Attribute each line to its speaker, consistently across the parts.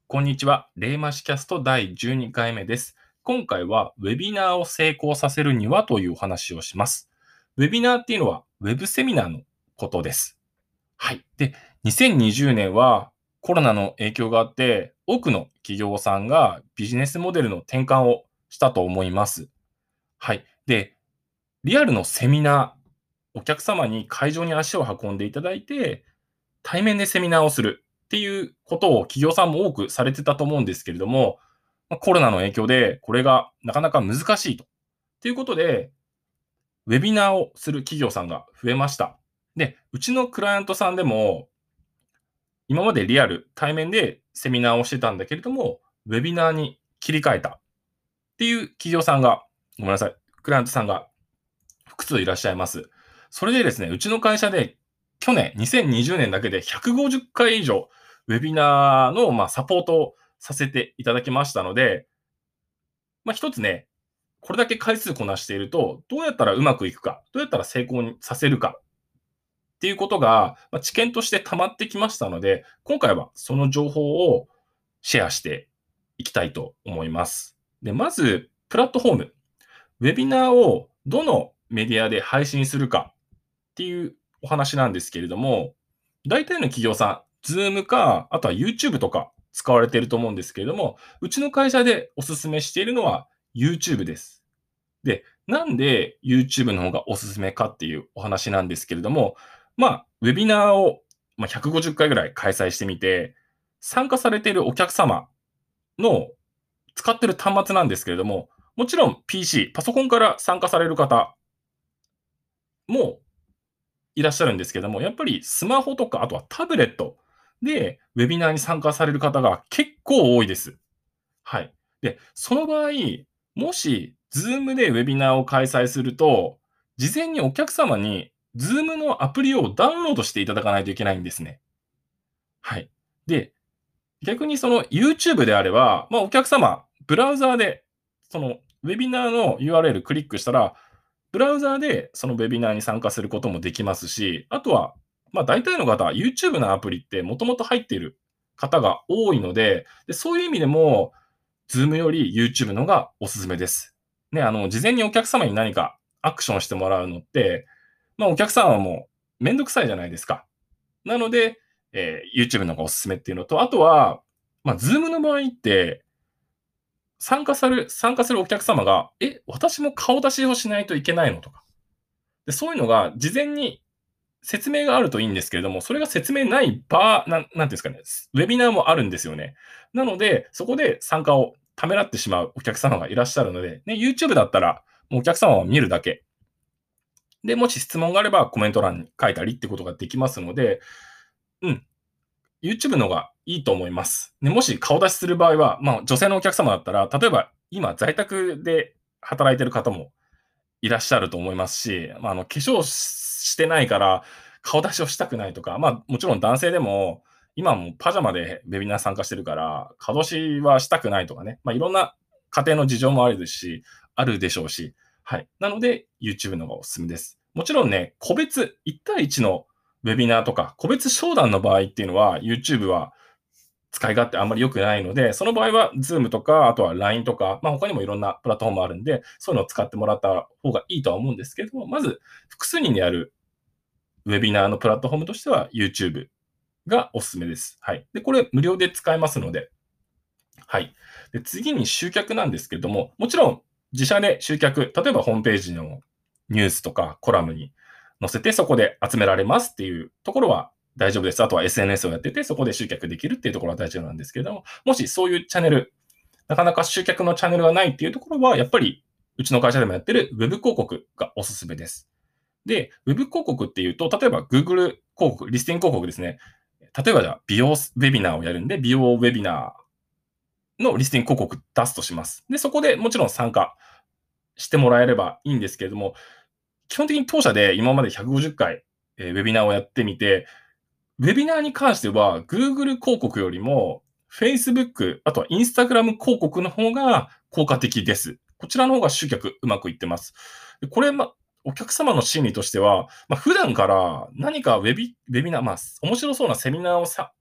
Speaker 1: こんにちは。レイマシキャスト第12回目です。今回はウェビナーを成功させるにはというお話をします。ウェビナーっていうのはウェブセミナーのことです。はい。で、2020年はコロナの影響があって、多くの企業さんがビジネスモデルの転換をしたと思います。はい。で、リアルのセミナー、お客様に会場に足を運んでいただいて、対面でセミナーをするっていうことを企業さんも多くされてたと思うんですけれども、コロナの影響でこれがなかなか難しいと。ということで、ウェビナーをする企業さんが増えました。で、うちのクライアントさんでも、今までリアル、対面でセミナーをしてたんだけれども、ウェビナーに切り替えたっていう企業さんが、ごめんなさい、クライアントさんが複数いらっしゃいます。それでですね、うちの会社で去年、2020年だけで150回以上、ウェビナーの、サポートをさせていただきましたので、一つね、これだけ回数こなしていると、どうやったらうまくいくか、どうやったら成功にさせるかっていうことが、知見として溜まってきましたので、今回はその情報をシェアしていきたいと思います。で、まず、プラットフォーム。ウェビナーをどのメディアで配信するかっていうお話なんですけれども、大体の企業さん、Zoom か、あとは YouTube とか使われていると思うんですけれども、うちの会社でお勧めしているのは YouTube です。で、なんで YouTube の方がおすすめかっていうお話なんですけれども、ウェビナーを150回ぐらい開催してみて、参加されているお客様の使っている端末なんですけれども、もちろん PC、パソコンから参加される方もいらっしゃるんですけども、やっぱりスマホとか、あとはタブレットでウェビナーに参加される方が結構多いです。はい。で、その場合、もし Zoom でウェビナーを開催すると、事前にお客様に Zoom のアプリをダウンロードしていただかないといけないんですね。はい。で、逆にその YouTube であれば、お客様、ブラウザーで、そのウェビナーの URL クリックしたら、ブラウザーでそのウェビナーに参加することもできますし、あとは、大体の方、YouTube のアプリってもともと入っている方が多いので、そういう意味でも、Zoom より YouTube のがおすすめです。ね、事前にお客様に何かアクションしてもらうのって、お客様はもうめんどくさいじゃないですか。なので、YouTube のがおすすめっていうのと、あとは、Zoom の場合って、参加するお客様が、私も顔出しをしないといけないのとか。で、そういうのが事前に説明があるといいんですけれども、それが説明ないなんていうんですかね、ウェビナーもあるんですよね。なので、そこで参加をためらってしまうお客様がいらっしゃるので、ね、YouTube だったら、もうお客様は見るだけ。で、もし質問があればコメント欄に書いたりってことができますので、うん、YouTube の方がいいと思います。で、もし顔出しする場合は、女性のお客様だったら、例えば今在宅で働いてる方もいらっしゃると思いますし、化粧してないから顔出しをしたくないとか、もちろん男性でも、今もパジャマでウェビナー参加してるから、顔出しはしたくないとかね、いろんな家庭の事情もあるでしょうし、はい。なので、YouTube の方がおすすめです。もちろんね、個別1対1のウェビナーとか、個別商談の場合っていうのは、YouTube は使い勝手あんまり良くないので、その場合は Zoom とか、あとは LINE とか、他にもいろんなプラットフォームあるんで、そういうのを使ってもらった方がいいとは思うんですけれども、まず複数人でやるウェビナーのプラットフォームとしては YouTube がおすすめです。はい。で、これ無料で使えますので、はい。で、次に集客なんですけれども、もちろん自社で集客、例えばホームページのニュースとかコラムに載せてそこで集められますっていうところは大丈夫です。あとは SNS をやっててそこで集客できるっていうところは大丈夫なんですけれども、もしそういうチャンネル、なかなか集客のチャンネルがないっていうところは、やっぱりうちの会社でもやってる Web 広告がおすすめです。で、Web 広告っていうと、例えば Google 広告、リスティング広告ですね。例えばじゃあ美容ウェビナーをやるんで、美容ウェビナーのリスティング広告出すとします。で、そこでもちろん参加してもらえればいいんですけれども、基本的に当社で今まで150回、ウェビナーをやってみて、ウェビナーに関しては Google 広告よりも Facebook、あとは Instagram 広告の方が効果的です。こちらの方が集客うまくいってます。でこれ、お客様の心理としては、普段から何かウェビナー、面白そうなセミナーを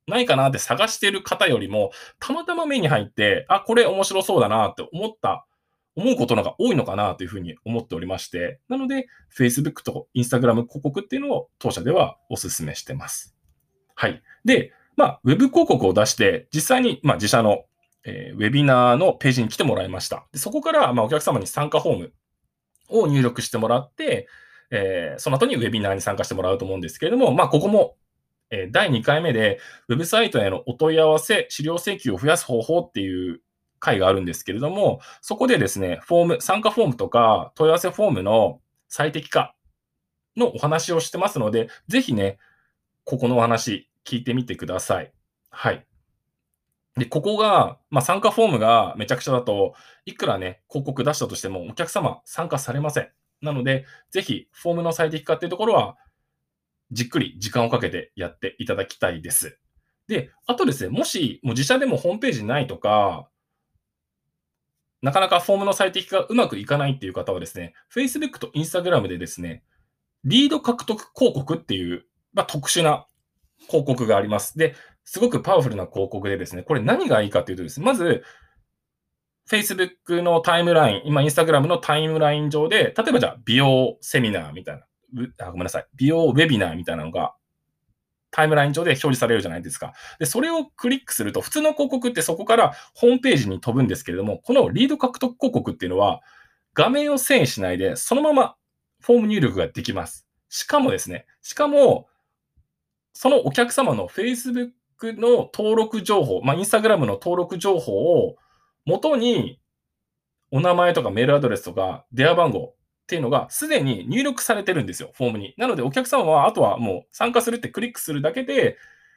Speaker 1: ないかなって探してる方よりも、たまたま目に入って、あ、これ面白そうだなって思うことのが多いのかなというふうに思っておりまして、なので、Facebook と Instagram 広告っていうのを当社ではお勧めしてます。はい。で、ウェブ広告を出して、実際に、自社の、ウェビナーのページに来てもらいました。でそこから、お客様に参加フォームを入力してもらって、その後にウェビナーに参加してもらうと思うんですけれども、ここも第2回目で、ウェブサイトへのお問い合わせ、資料請求を増やす方法っていう回があるんですけれども、そこでですね、参加フォームとか問い合わせフォームの最適化のお話をしてますので、ぜひね、ここのお話聞いてみてください。はい。で、ここが、参加フォームがめちゃくちゃだと、いくらね、広告出したとしてもお客様参加されません。なので、ぜひフォームの最適化っていうところはじっくり時間をかけてやっていただきたいです。で、あとですね、もし、もう自社でもホームページないとか、なかなかフォームの最適化がうまくいかないっていう方はですね、Facebook と Instagram でですね、リード獲得広告っていう、特殊な広告があります。で、すごくパワフルな広告でですね、これ何がいいかというとですね、まず、Facebook のタイムライン、今 Instagram のタイムライン上で、例えばじゃあ美容セミナーみたいな、ごめんなさい、美容ウェビナーみたいなのがタイムライン上で表示されるじゃないですか。で、それをクリックすると、普通の広告ってそこからホームページに飛ぶんですけれども、このリード獲得広告っていうのは、画面を遷移しないで、そのままフォーム入力ができます。しかも、そのお客様の Facebook の登録情報、Instagram の登録情報を元に、お名前とかメールアドレスとか電話番号っていうのがすでに入力されてるんですよ、フォームに。なのでお客様はあとはもう参加するってクリックするだけで、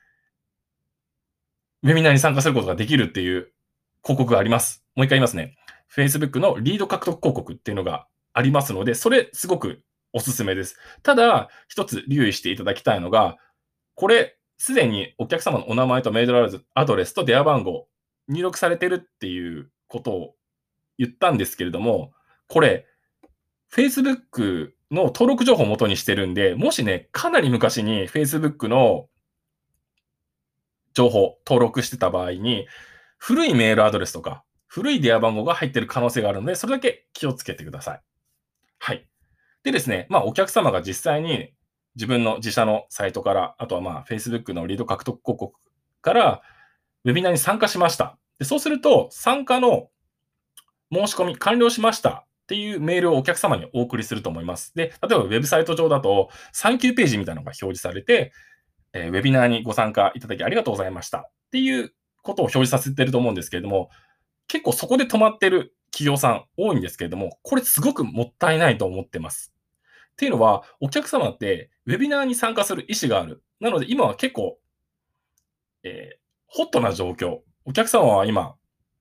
Speaker 1: ウェビナーに参加することができるっていう広告があります。もう一回言いますね。Facebook のリード獲得広告っていうのがありますので、それすごくおすすめです。ただ、一つ留意していただきたいのが、これ、すでにお客様のお名前とメールアドレスと電話番号入力されてるっていうことを言ったんですけれども、これ、Facebook の登録情報を元にしてるんで、もしね、かなり昔に Facebook の情報、登録してた場合に、古いメールアドレスとか、古い電話番号が入ってる可能性があるので、それだけ気をつけてください。はい。でですね、お客様が実際に自分の自社のサイトから、あとはFacebook のリード獲得広告から、ウェビナーに参加しました。でそうすると、参加の申し込み完了しましたっていうメールをお客様にお送りすると思います。で、例えばウェブサイト上だと、サンキューページみたいなのが表示されて、ウェビナーにご参加いただきありがとうございましたっていうことを表示させてると思うんですけれども、結構そこで止まってる企業さん多いんですけれども、これすごくもったいないと思ってます。っていうのは、お客様ってウェビナーに参加する意思がある。なので今は結構、ホットな状況。お客様は今、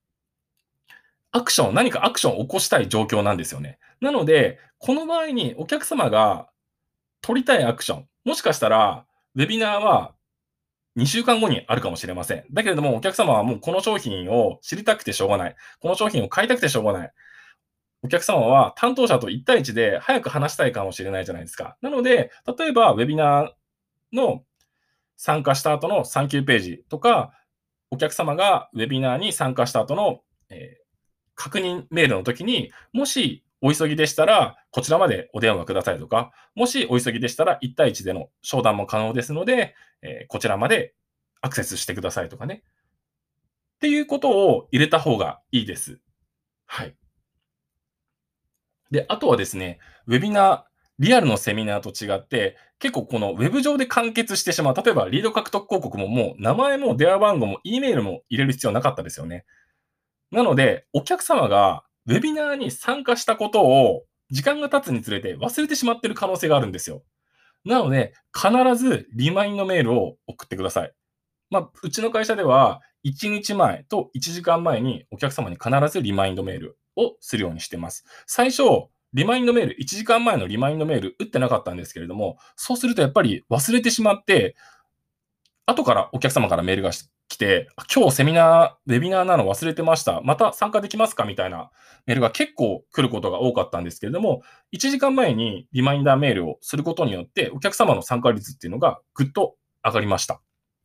Speaker 1: 何かアクションを起こしたい状況なんですよね。なので、この場合にお客様が取りたいアクション、もしかしたら、ウェビナーは2週間後にあるかもしれません。だけれども、お客様はもうこの商品を知りたくてしょうがない。この商品を買いたくてしょうがない。お客様は担当者と1対1で早く話したいかもしれないじゃないですか。なので、例えばウェビナーの参加した後のサンキューページとか、お客様がウェビナーに参加した後の、確認メールの時に、もしお急ぎでしたら、こちらまでお電話くださいとか、もしお急ぎでしたら、1対1での商談も可能ですので、こちらまでアクセスしてくださいとかね。っていうことを入れた方がいいです。はい。で、あとはですね、ウェビナー、リアルのセミナーと違って、結構このウェブ上で完結してしまう。例えばリード獲得広告ももう名前も電話番号も E メールも入れる必要なかったですよね。なので、お客様がウェビナーに参加したことを時間が経つにつれて忘れてしまっている可能性があるんですよ。なので、必ずリマインドメールを送ってください。うちの会社では、1日前と1時間前にお客様に必ずリマインドメールをするようにしてます。最初、リマインドメール、1時間前のリマインドメール打ってなかったんですけれども、そうするとやっぱり忘れてしまって、後からお客様からメールが来て、今日セミナー、ウェビナーなの忘れてました。また参加できますかみたいなメールが結構来ることが多かったんですけれども、1時間前にリマインダーメールをすることによって、お客様の参加率っていうのがぐっと上がりました。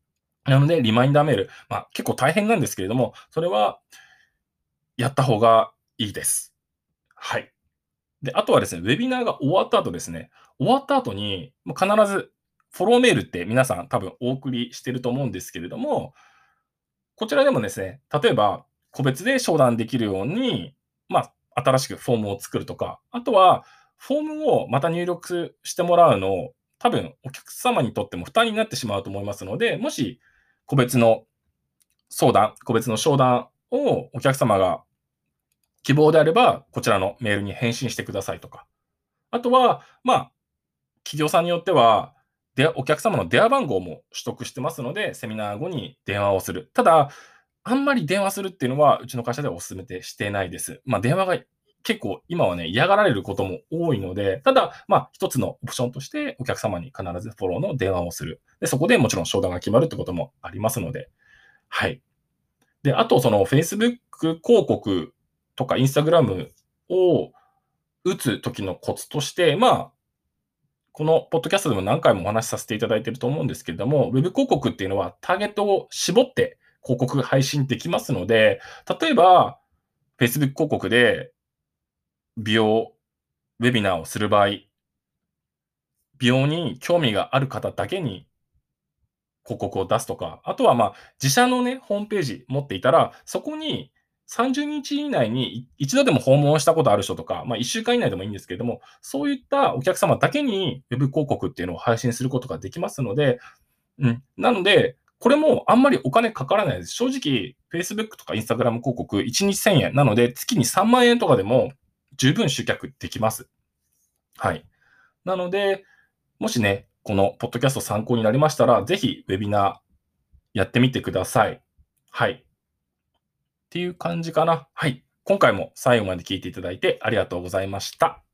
Speaker 1: なので、リマインダーメール、結構大変なんですけれども、それはやった方がいいです。はい。で、あとはですね、ウェビナーが終わった後ですね、終わった後に、もう必ずフォローメールって皆さん多分お送りしてると思うんですけれども、こちらでもですね、例えば個別で商談できるように、新しくフォームを作るとか、あとはフォームをまた入力してもらうの、多分お客様にとっても負担になってしまうと思いますので、もし個別の個別の商談をお客様が希望であれば、こちらのメールに返信してくださいとか。あとは、企業さんによっては、お客様の電話番号も取得してますので、セミナー後に電話をする。ただ、あんまり電話するっていうのは、うちの会社ではお勧めしてないです。電話が結構今はね、嫌がられることも多いので、ただ、一つのオプションとして、お客様に必ずフォローの電話をする。で、そこでもちろん商談が決まるってこともありますので、はい。で、あとその Facebook 広告とか Instagram を打つ時のコツとして、このポッドキャストでも何回もお話しさせていただいていると思うんですけれども、ウェブ広告っていうのはターゲットを絞って広告が配信できますので、例えば Facebook 広告で美容ウェビナーをする場合、美容に興味がある方だけに広告を出すとか、あとは自社のね、ホームページ持っていたら、そこに30日以内に一度でも訪問したことある人とか、1週間以内でもいいんですけれども、そういったお客様だけにウェブ広告っていうのを配信することができますので、なので、これもあんまりお金かからないです。正直、Facebook とか Instagram 広告1日1000円なので、月に3万円とかでも十分集客できます。はい。なので、もしね、このポッドキャスト参考になりましたら、ぜひウェビナーやってみてください。はい。っていう感じかな。はい。今回も最後まで聞いていただいてありがとうございました。